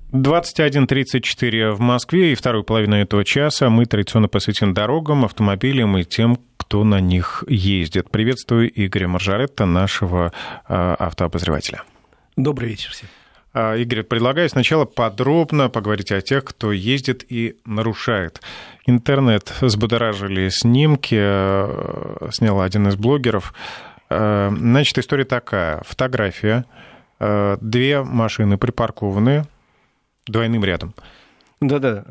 21:34 в Москве, и вторую половину этого часа мы традиционно посвятим дорогам, автомобилям и тем, кто на них ездит. Приветствую Игоря Маржаретта, нашего автообозревателя. Добрый вечер всем. Игорь, предлагаю сначала подробно поговорить о тех, кто ездит и нарушает. Интернет взбудоражили снимки, снял один из блогеров. Значит, история такая. Фотография. 2 машины припаркованы двойным рядом. Да-да,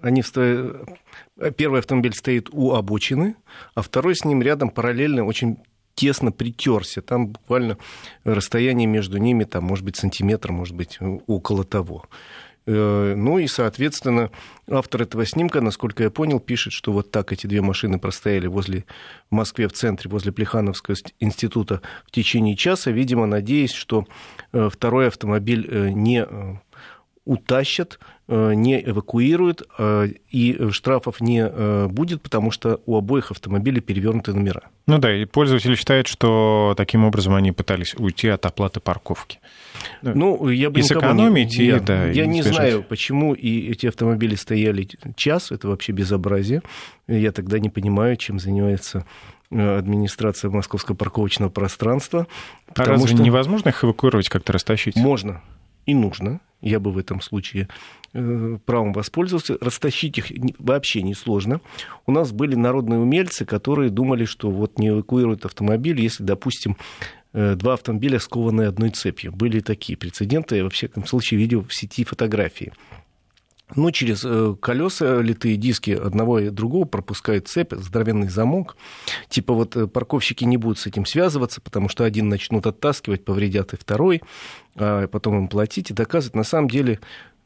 первый автомобиль стоит у обочины, а второй с ним рядом параллельно очень тесно притерся. Там буквально расстояние между ними, там, может быть, сантиметр, может быть, около того. Ну и, соответственно, автор этого снимка, насколько я понял, пишет, что вот так эти 2 машины простояли в Москве, в центре, возле Плехановского института в течение часа, видимо, надеясь, что второй автомобиль не утащат, не эвакуируют, и штрафов не будет, потому что у обоих автомобилей перевернуты номера. Ну да, и пользователи считают, что таким образом они пытались уйти от оплаты парковки. Ну, я бы и сэкономить, я не знаю, почему и эти автомобили стояли час, это вообще безобразие. Я тогда не понимаю, чем занимается администрация московского парковочного пространства. А разве невозможно их эвакуировать, как-то растащить? Можно и нужно. Я бы в этом случае правом воспользовался. Растащить их вообще несложно. У нас были народные умельцы, которые думали, что вот не эвакуируют автомобиль, если, допустим, 2 автомобиля скованы одной цепью. Были такие прецеденты. Я, во всяком случае, видел в сети фотографии. Ну, через колеса литые диски одного и другого пропускают цепь, здоровенный замок. Типа вот парковщики не будут с этим связываться, потому что один начнут оттаскивать, повредят и второй, а потом им платить и доказывать. На самом деле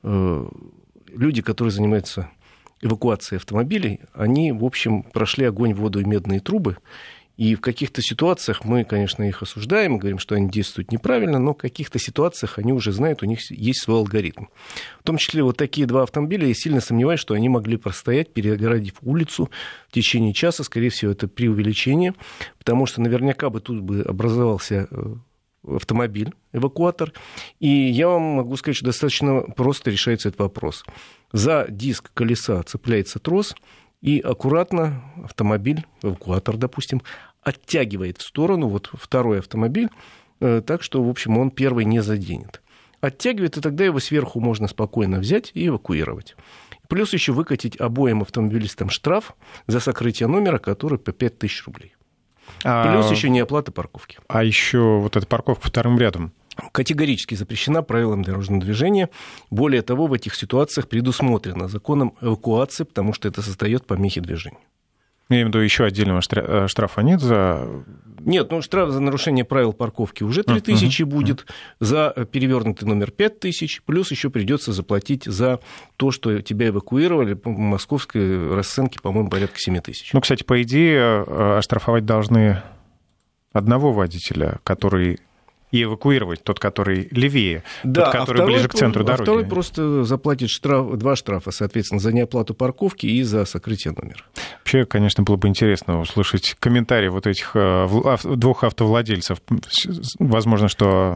люди, которые занимаются эвакуацией автомобилей, они, в общем, прошли огонь, воду и медные трубы. И в каких-то ситуациях мы, конечно, их осуждаем, говорим, что они действуют неправильно, но в каких-то ситуациях они уже знают, у них есть свой алгоритм. В том числе вот такие 2 автомобиля, я сильно сомневаюсь, что они могли простоять, перегородив улицу в течение часа. Скорее всего, это преувеличение, потому что наверняка бы тут бы образовался автомобиль, эвакуатор. И я вам могу сказать, что достаточно просто решается этот вопрос. За диск колеса цепляется трос, и аккуратно автомобиль, эвакуатор, допустим, оттягивает в сторону вот второй автомобиль, так что, в общем, он первый не заденет. Оттягивает, и тогда его сверху можно спокойно взять и эвакуировать. Плюс еще выкатить обоим автомобилистам штраф за сокрытие номера, который по 5000 рублей. Плюс еще неоплата парковки. А еще вот эта парковка вторым рядом? Категорически запрещена правилами дорожного движения. Более того, в этих ситуациях предусмотрено законом эвакуации, потому что это создает помехи движению. Я имею в виду, еще отдельного штрафа нет за... Нет, ну штраф за нарушение правил парковки уже 3000 будет, за перевернутый номер 5000, плюс еще придется заплатить за то, что тебя эвакуировали. По московской расценке, по-моему, порядка 7000. Ну, кстати, по идее, оштрафовать должны одного водителя, который... и эвакуировать тот, который левее, да, тот, который ближе к центру дороги. А второй просто заплатит 2 штрафа, соответственно, за неоплату парковки и за сокрытие номера. Вообще, конечно, было бы интересно услышать комментарии вот этих 2 автовладельцев. Возможно, что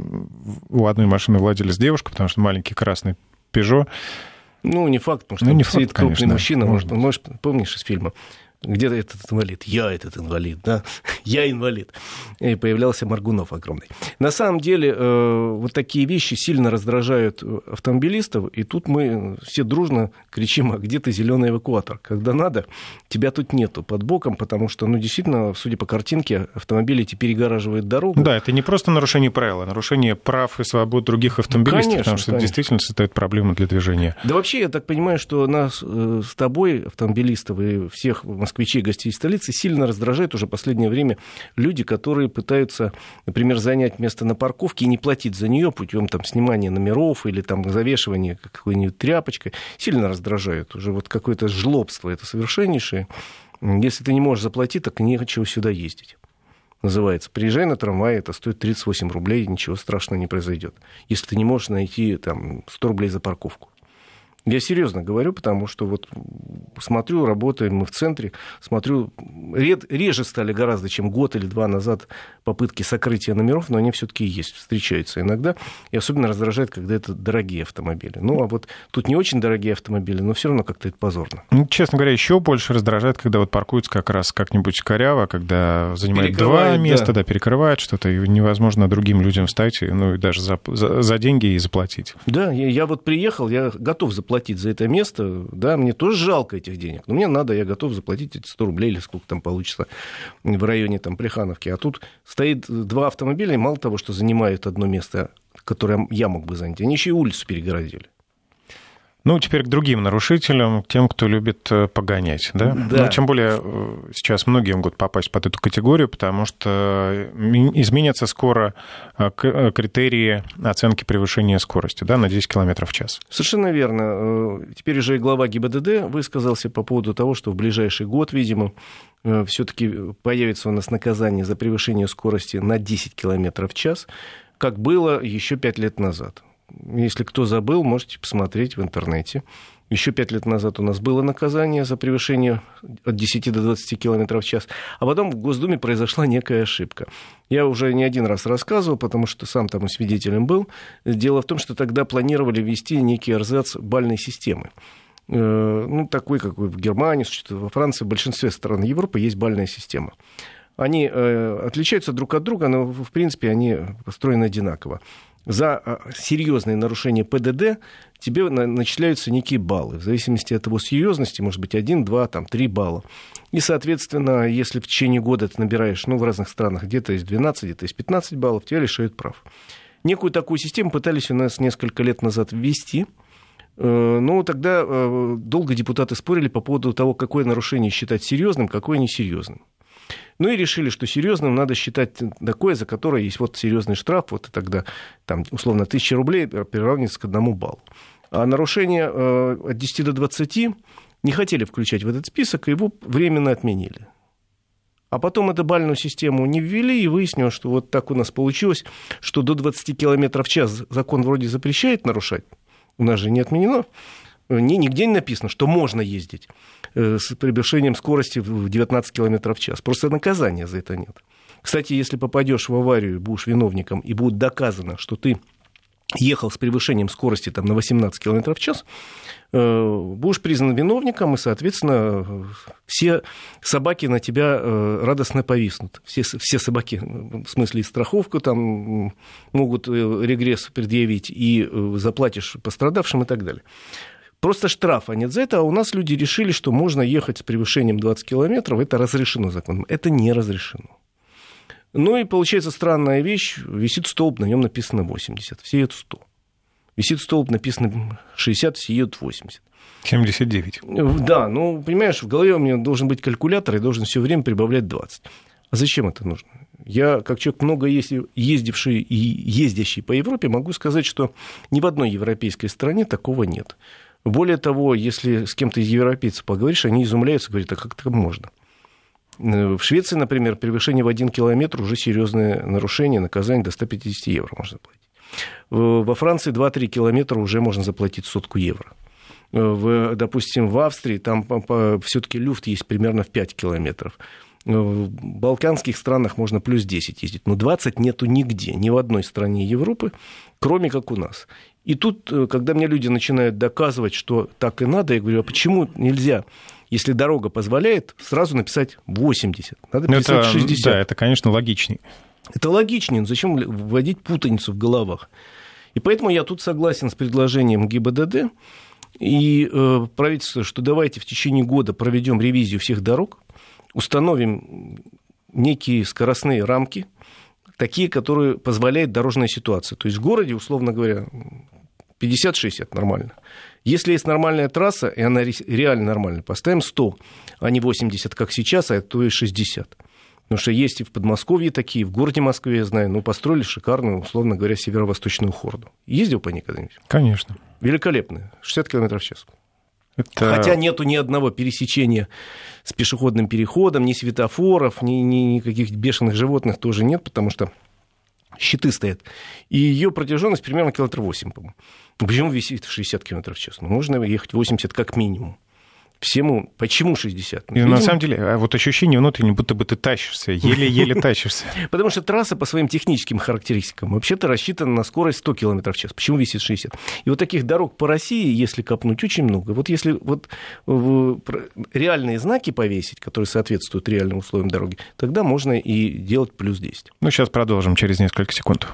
у одной машины владелец девушка, потому что маленький красный «Пежо». Ну, не факт, потому что не сидит факт, крупный конечно, мужчина. Может, помнишь из фильма? Где-то этот инвалид, я этот инвалид, да, я инвалид. И появлялся Моргунов огромный. На самом деле, вот такие вещи сильно раздражают автомобилистов, и тут мы все дружно кричим, а где ты, зеленый эвакуатор? Когда надо, тебя тут нету под боком, потому что, ну, действительно, судя по картинке, автомобили эти перегораживают дорогу. Да, это не просто нарушение правил, а нарушение прав и свобод других автомобилистов, конечно, потому что это действительно создает проблемы для движения. Да вообще, я так понимаю, что нас с тобой, автомобилистов, и всех москвичей, гостей столицы, сильно раздражает уже в последнее время люди, которые пытаются, например, занять место на парковке и не платить за нее путем там, снимания номеров или там, завешивания какой-нибудь тряпочкой. Сильно раздражает. Уже вот какое-то жлобство это совершеннейшее. Если ты не можешь заплатить, так нечего сюда ездить. Называется. Приезжай на трамвай, это стоит 38 рублей, ничего страшного не произойдет. Если ты не можешь найти там, 100 рублей за парковку. Я серьезно говорю, потому что вот смотрю, работаем мы в центре, смотрю, реже стали гораздо, чем год или два назад попытки сокрытия номеров, но они все-таки есть, встречаются иногда. И особенно раздражает, когда это дорогие автомобили. Ну, а вот тут не очень дорогие автомобили, но все равно как-то это позорно. Ну, честно говоря, еще больше раздражает, когда вот паркуются как раз как-нибудь коряво, когда занимает два места, да, перекрывает что-то, и невозможно другим людям встать, ну, и даже за деньги и заплатить. Да, я вот приехал, я готов заплатить за это место, да, мне тоже жалко этих денег, но мне надо, я готов заплатить эти 100 рублей или сколько там получится в районе там Плехановки. А тут стоит два автомобиля, и мало того, что занимают одно место, которое я мог бы занять, они еще и улицу перегородили. Ну, теперь к другим нарушителям, к тем, кто любит погонять, да? Да. Ну, тем более сейчас многие могут попасть под эту категорию, потому что изменятся скоро критерии оценки превышения скорости, да, на 10 км в час. Совершенно верно. Теперь уже и глава ГИБДД высказался по поводу того, что в ближайший год, видимо, все-таки появится у нас наказание за превышение скорости на 10 км в час, как было еще 5 лет назад. Если кто забыл, можете посмотреть в интернете. Еще 5 лет назад у нас было наказание за превышение от 10 до 20 км в час, а потом в Госдуме произошла некая ошибка. Я уже не один раз рассказывал, потому что сам там и свидетелем был. Дело в том, что тогда планировали ввести некий эрзац бальной системы. Ну, такой, как в Германии, во Франции, в большинстве стран Европы есть бальная система. Они отличаются друг от друга, но, в принципе, они построены одинаково. За серьезные нарушения ПДД тебе начисляются некие баллы. В зависимости от его серьезности, может быть, 1, 2, 3 балла. И, соответственно, если в течение года ты набираешь, ну, в разных странах, где-то из 12, где-то из 15 баллов, тебя лишают прав. Некую такую систему пытались у нас несколько лет назад ввести. Но тогда долго депутаты спорили по поводу того, какое нарушение считать серьезным, какое несерьезным. Ну и решили, что серьезным надо считать такое, за которое есть вот серьезный штраф, вот и тогда там, условно 1000 рублей приравнивается к 1 баллу. А нарушение от 10 до 20 не хотели включать в этот список, и его временно отменили. А потом эту бальную систему не ввели, и выяснилось, что вот так у нас получилось, что до 20 км в час закон вроде запрещает нарушать, у нас же не отменено. Нигде не написано, что можно ездить с превышением скорости в 19 км в час. Просто наказания за это нет. Кстати, если попадешь в аварию, будешь виновником, и будет доказано, что ты ехал с превышением скорости там, на 18 км в час, будешь признан виновником, и, соответственно, все собаки на тебя радостно повиснут. Все собаки, в смысле, страховку там могут регресс предъявить, и заплатишь пострадавшим и так далее. Просто штрафа нет за это, а у нас люди решили, что можно ехать с превышением 20 километров, это разрешено законом. Это не разрешено. Ну и получается странная вещь, висит столб, на нем написано 80, все едут 100. Висит столб, написано 60, все едут 80. 79. Да, ну, понимаешь, в голове у меня должен быть калькулятор, и должен все время прибавлять 20. А зачем это нужно? Я, как человек, много ездивший и ездящий по Европе, могу сказать, что ни в одной европейской стране такого нет. Более того, если с кем-то из европейцев поговоришь, они изумляются, говорят, а как это можно? В Швеции, например, превышение в 1 километр уже серьезное нарушение, наказание до 150 евро можно заплатить. Во Франции 2-3 километра уже можно заплатить 100 евро. Допустим, в Австрии там все-таки люфт есть примерно в 5 километров. В балканских странах можно плюс 10 ездить, но 20 нету нигде, ни в одной стране Европы, кроме как у нас. И тут, когда мне люди начинают доказывать, что так и надо, я говорю, а почему нельзя, если дорога позволяет, сразу написать 80? Надо писать 60. Да, это, конечно, логичнее. Это логичнее, но зачем вводить путаницу в головах? И поэтому я тут согласен с предложением ГИБДД и правительства, что давайте в течение года проведем ревизию всех дорог, установим некие скоростные рамки, такие, которые позволяют дорожная ситуация. То есть в городе, условно говоря, 50-60 нормально. Если есть нормальная трасса, и она реально нормальная, поставим 100, а не 80, как сейчас, а то и 60. Потому что есть и в Подмосковье такие, в городе Москве, я знаю, построили шикарную, условно говоря, северо-восточную хорду. Ездил по ней когда-нибудь? Конечно. Великолепная, 60 км в час. Это... Хотя нету ни одного пересечения с пешеходным переходом, ни светофоров, ни никаких бешеных животных тоже нет, потому что щиты стоят. И ее протяженность примерно 8 км, по-моему. Почему висит 60 км в час? Можно ехать 80 как минимум. Почему 60? И на самом деле, вот ощущение внутреннее, будто бы ты тащишься, еле-еле тащишься. Потому что трасса по своим техническим характеристикам вообще-то рассчитана на скорость 100 км в час. Почему висит 60? И вот таких дорог по России, если копнуть, очень много. Вот если реальные знаки повесить, которые соответствуют реальным условиям дороги, тогда можно и делать плюс 10. Ну, сейчас продолжим через несколько секунд.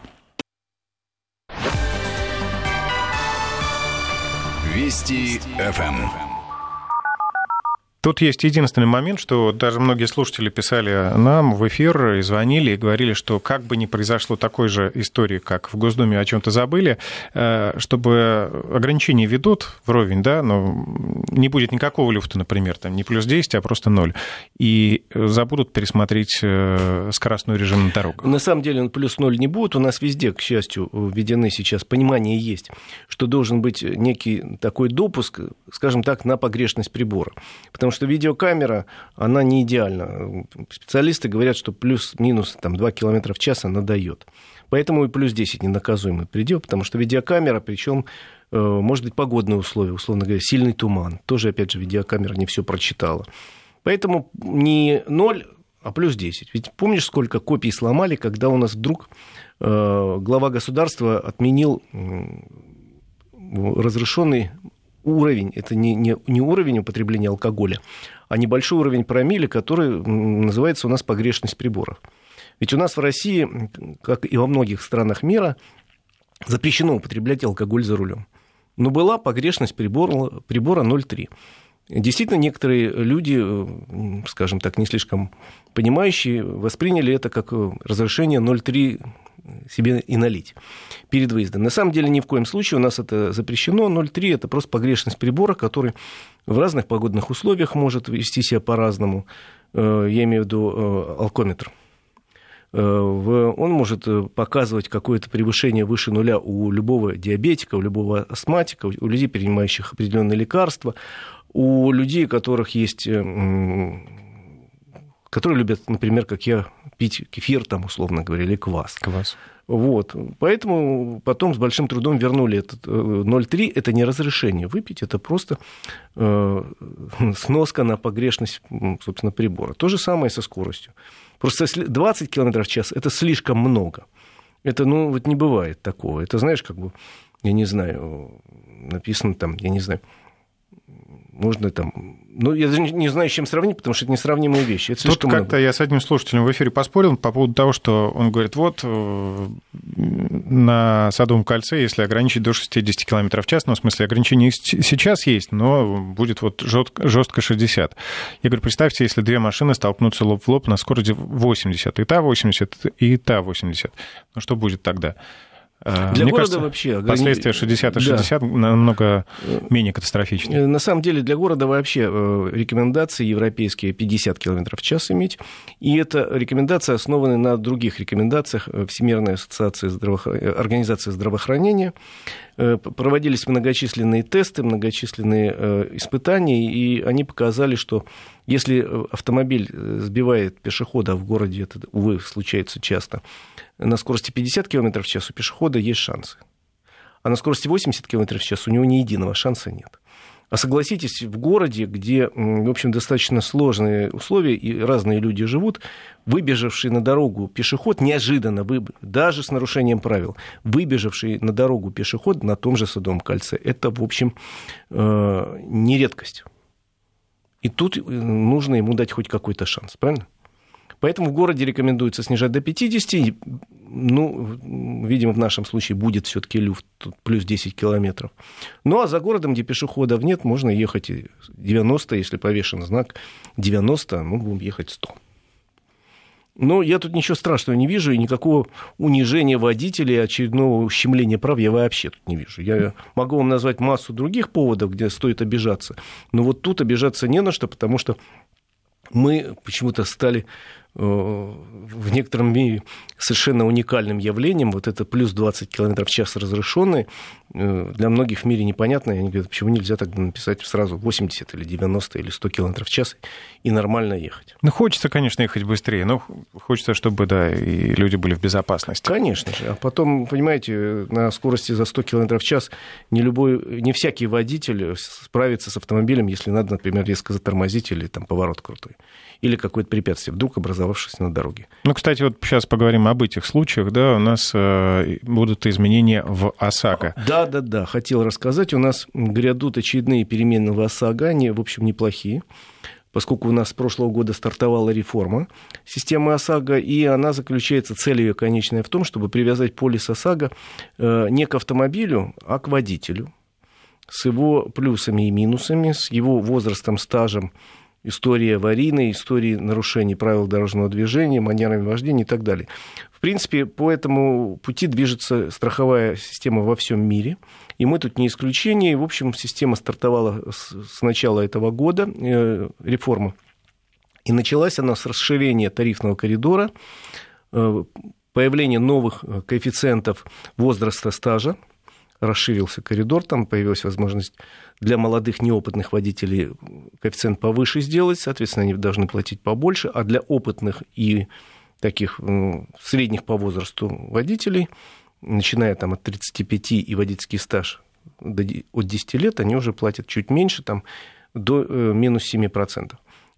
Вести ФМ. Тут есть единственный момент, что даже многие слушатели писали нам в эфир и звонили, и говорили, что как бы ни произошло такой же истории, как в Госдуме о чем-то забыли, чтобы ограничения ведут вровень, да, но не будет никакого люфта, например, там не плюс 10, а просто 0, и забудут пересмотреть скоростной режим на дорогах. На самом деле плюс 0 не будет. У нас везде, к счастью, введены сейчас, понимание есть, что должен быть некий такой допуск, скажем так, на погрешность прибора. Потому что видеокамера, она не идеальна. Специалисты говорят, что плюс-минус 2 км в час она дает. Поэтому и плюс 10 ненаказуемый предел, потому что видеокамера, причем может быть погодные условия, условно говоря, сильный туман. Тоже, опять же, видеокамера не все прочитала. Поэтому не 0, а плюс 10. Ведь помнишь, сколько копий сломали, когда у нас вдруг глава государства отменил разрешенный уровень, это не уровень употребления алкоголя, а небольшой уровень промилле, который называется у нас погрешность приборов. Ведь у нас в России, как и во многих странах мира, запрещено употреблять алкоголь за рулем. Но была погрешность прибора 0,3. Действительно, некоторые люди, скажем так, не слишком понимающие, восприняли это как разрешение 0,3 себе и налить перед выездом. На самом деле ни в коем случае у нас это запрещено. 0,3 – это просто погрешность прибора, который в разных погодных условиях может вести себя по-разному. Я имею в виду алкометр. Он может показывать какое-то превышение выше нуля у любого диабетика, у любого астматика, у людей, принимающих определенные лекарства, у людей, у которых есть... которые любят, например, как я, пить кефир, там, условно говоря, или квас. Вот. Поэтому потом с большим трудом вернули этот 0,3. Это не разрешение выпить, это просто сноска на погрешность, собственно, прибора. То же самое со скоростью. Просто 20 км в час – это слишком много. Это, вот не бывает такого. Это, знаешь, я не знаю, написано там, я не знаю, можно там... я даже не знаю, с чем сравнить, потому что это несравнимые вещи. Это тут как-то я с одним слушателем в эфире поспорил по поводу того, что он говорит, на Садовом кольце, если ограничить до 60 км в час, в смысле, ограничение сейчас есть, но будет жестко 60. Я говорю, представьте, если две машины столкнутся лоб в лоб на скорости 80, и та 80, и та 80. Что будет тогда? Для Мне города кажется, вообще... Последствия 60 и 60 намного менее катастрофичны. На самом деле для города вообще рекомендации европейские 50 км в час иметь. И это рекомендации основаны на других рекомендациях Всемирной организации здравоохранения. Проводились многочисленные тесты, многочисленные испытания, и они показали, что если автомобиль сбивает пешехода в городе, это, увы, случается часто, на скорости 50 км в час у пешехода есть шансы. А на скорости 80 км в час у него ни единого шанса нет. А согласитесь, в городе, где, в общем, достаточно сложные условия и разные люди живут, выбежавший на дорогу пешеход, неожиданно, даже с нарушением правил, выбежавший на дорогу пешеход на том же Садовом кольце, это, в общем, не редкость. И тут нужно ему дать хоть какой-то шанс, правильно? Поэтому в городе рекомендуется снижать до 50. Видимо, в нашем случае будет все-таки люфт плюс 10 километров. Ну, а за городом, где пешеходов нет, можно ехать 90, если повешен знак 90, будем ехать 100. Но я тут ничего страшного не вижу, и никакого унижения водителей, очередного ущемления прав я вообще тут не вижу. Я могу вам назвать массу других поводов, где стоит обижаться, но вот тут обижаться не на что, потому что мы почему-то стали в некотором мире совершенно уникальным явлением. Вот это плюс 20 км в час разрешенный, для многих в мире непонятно. И они говорят, почему нельзя тогда написать сразу 80 или 90 или 100 км в час и нормально ехать? Ну, хочется, конечно, ехать быстрее, но хочется, чтобы, да, и люди были в безопасности. Конечно же. А потом, понимаете, на скорости за 100 км в час не всякий водитель справится с автомобилем, если надо, например, резко затормозить или там поворот крутой. Или какое-то препятствие, вдруг образовавшееся на дороге. Ну, кстати, вот сейчас поговорим об этих случаях, да, у нас будут изменения в ОСАГО. Да, хотел рассказать, у нас грядут очередные перемены в ОСАГО, они, в общем, неплохие, поскольку у нас с прошлого года стартовала реформа системы ОСАГО, и она заключается, цель ее конечная в том, чтобы привязать полис ОСАГО не к автомобилю, а к водителю, с его плюсами и минусами, с его возрастом, стажем, истории аварийной, истории нарушений правил дорожного движения, манерами вождения и так далее. В принципе, по этому пути движется страховая система во всем мире, и мы тут не исключение. В общем, система стартовала с начала этого года, реформа, и началась она с расширения тарифного коридора, появления новых коэффициентов возраста, стажа, расширился коридор, там появилась возможность для молодых неопытных водителей коэффициент повыше сделать, соответственно, они должны платить побольше, а для опытных и таких средних по возрасту водителей, начиная там от 35 и водительский стаж от 10 лет, они уже платят чуть меньше, там, до минус 7%.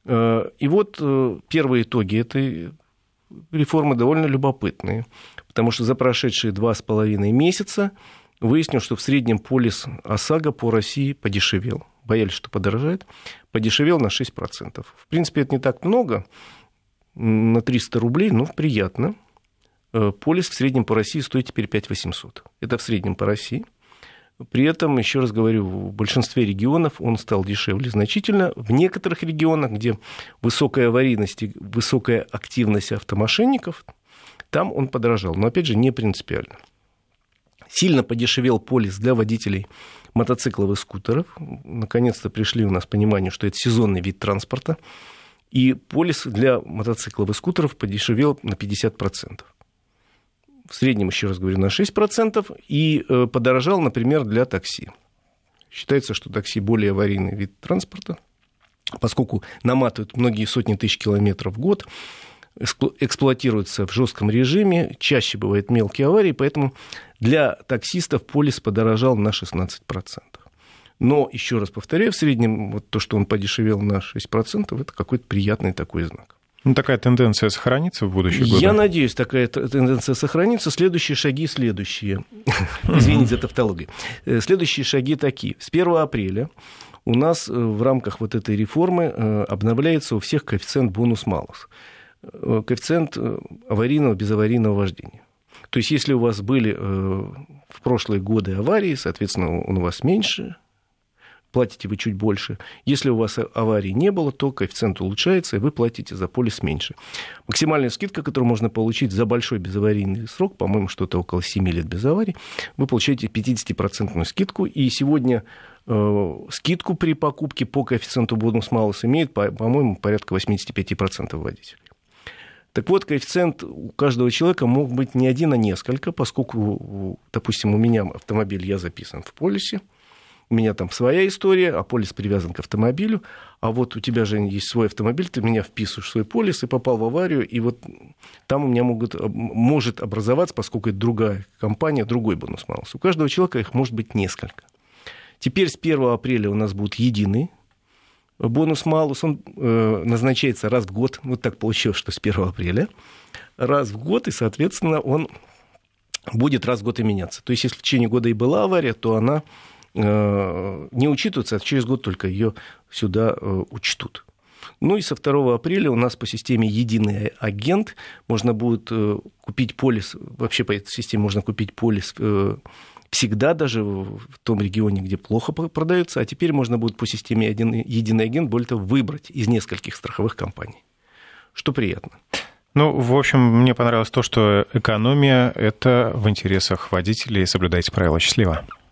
И вот первые итоги этой реформы довольно любопытные, потому что за прошедшие 2,5 месяца выяснилось, что в среднем полис ОСАГО по России подешевел. Боялись, что подорожает. Подешевел на 6%. В принципе, это не так много, на 300 рублей, но приятно. Полис в среднем по России стоит теперь 5 800. Это в среднем по России. При этом, еще раз говорю, в большинстве регионов он стал дешевле значительно. В некоторых регионах, где высокая аварийность и высокая активность автомошенников, там он подорожал. Но, опять же, не принципиально. Сильно подешевел полис для водителей мотоциклов и скутеров. Наконец-то пришли у нас к пониманию, что это сезонный вид транспорта. И полис для мотоциклов и скутеров подешевел на 50%. В среднем, еще раз говорю, на 6%. И подорожал, например, для такси. Считается, что такси более аварийный вид транспорта, поскольку наматывают многие сотни тысяч километров в год, эксплуатируется в жестком режиме, чаще бывают мелкие аварии, поэтому для таксистов полис подорожал на 16%. Но, еще раз повторяю, в среднем вот то, что он подешевел на 6%, это какой-то приятный такой знак. Ну, такая тенденция сохранится в будущие годы? Я надеюсь, такая тенденция сохранится. Следующие шаги следующие. Извините за тавтологию. Следующие шаги такие. С 1 апреля у нас в рамках вот этой реформы обновляется у всех коэффициент бонус-малус. Коэффициент аварийного, безаварийного вождения. То есть, если у вас были в прошлые годы аварии, соответственно, он у вас меньше, платите вы чуть больше. Если у вас аварий не было, то коэффициент улучшается, и вы платите за полис меньше. Максимальная скидка, которую можно получить за большой безаварийный срок, по-моему, что-то около 7 лет без аварий, вы получаете 50% скидку, и сегодня скидку при покупке по коэффициенту бонус-малус имеет, по-моему, порядка 85% водителей. Так вот, коэффициент у каждого человека мог быть не один, а несколько, поскольку, допустим, у меня автомобиль, я записан в полисе, у меня там своя история, а полис привязан к автомобилю, а вот у тебя же есть свой автомобиль, ты меня вписываешь в свой полис и попал в аварию, и вот там у меня может образоваться, поскольку это другая компания, другой бонус-малус. У каждого человека их может быть несколько. Теперь с 1 апреля у нас будет единый бонус-малус, он назначается раз в год, вот так получилось, что с 1 апреля, раз в год, и, соответственно, он будет раз в год и меняться. То есть, если в течение года и была авария, то она не учитывается, а через год только ее сюда учтут. Ну и со 2 апреля у нас по системе «Единый агент» можно будет купить полис, вообще по этой системе можно купить полис всегда, даже в том регионе, где плохо продается, а теперь можно будет по системе «Единый агент» более того выбрать из нескольких страховых компаний, что приятно. Ну, в общем, мне понравилось то, что экономия – это в интересах водителей, соблюдайте правила. Счастливо.